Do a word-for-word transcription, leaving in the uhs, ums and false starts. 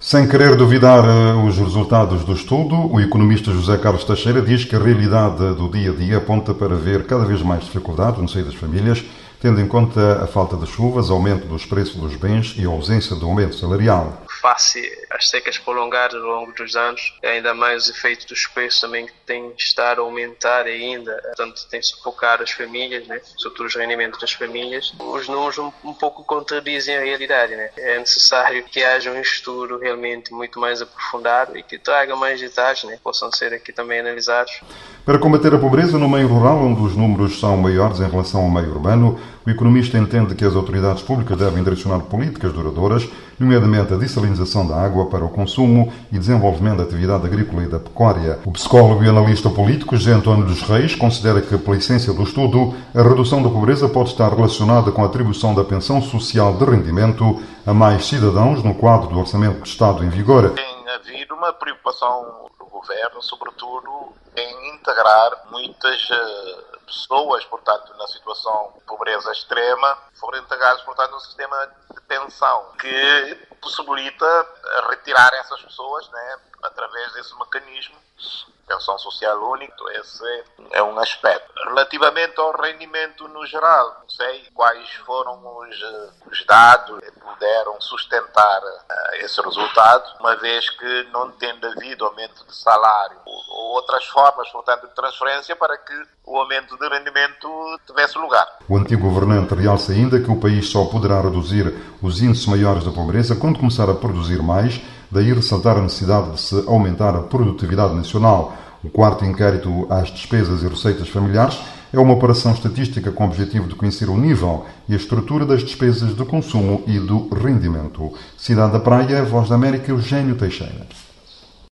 Sem querer duvidar os resultados do estudo, o economista José Carlos Teixeira diz que a realidade do dia-a-dia aponta para ver cada vez mais dificuldades no seio das famílias, tendo em conta a falta de chuvas, aumento dos preços dos bens e a ausência de aumento salarial. Face às secas prolongadas ao longo dos anos, ainda mais os efeitos dos preços também que têm estado a aumentar ainda, portanto tem sufocado as famílias, né? Sobretudo os rendimentos das famílias. Os números um, um pouco contradizem a realidade, né? É necessário que haja um estudo realmente muito mais aprofundado e que traga mais detalhes, né? Possam ser aqui também analisados. Para combater a pobreza no meio rural, onde os números são maiores em relação ao meio urbano, o economista entende que as autoridades públicas devem direcionar políticas duradouras, nomeadamente a dessalinização da água para o consumo e desenvolvimento da atividade agrícola e da pecuária. O psicólogo e analista político José António dos Reis considera que, pela essência do estudo, a redução da pobreza pode estar relacionada com a atribuição da pensão social de rendimento a mais cidadãos no quadro do Orçamento de Estado em vigor. Tem havido uma preocupação do Governo, sobretudo, em integrar muitas pessoas, portanto, na situação de pobreza extrema, foram integradas, portanto, no sistema de pensão, que possibilita retirar essas pessoas, né, através desse mecanismo, pensão social única. Esse é um aspecto. Relativamente ao rendimento no geral, não sei quais foram os, os dados que puderam sustentar uh, esse resultado, uma vez que não tendo havido aumento de salário ou outras formas, portanto, de transferência para que o aumento de rendimento tivesse lugar. O antigo governante realça ainda que o país só poderá reduzir os índices maiores da pobreza quando começar a produzir mais, daí ressaltar a necessidade de se aumentar a produtividade nacional. O quarto inquérito às despesas e receitas familiares é uma operação estatística com o objetivo de conhecer o nível e a estrutura das despesas de consumo e do rendimento. Cidade da Praia, Voz da América, Eugênio Teixeira.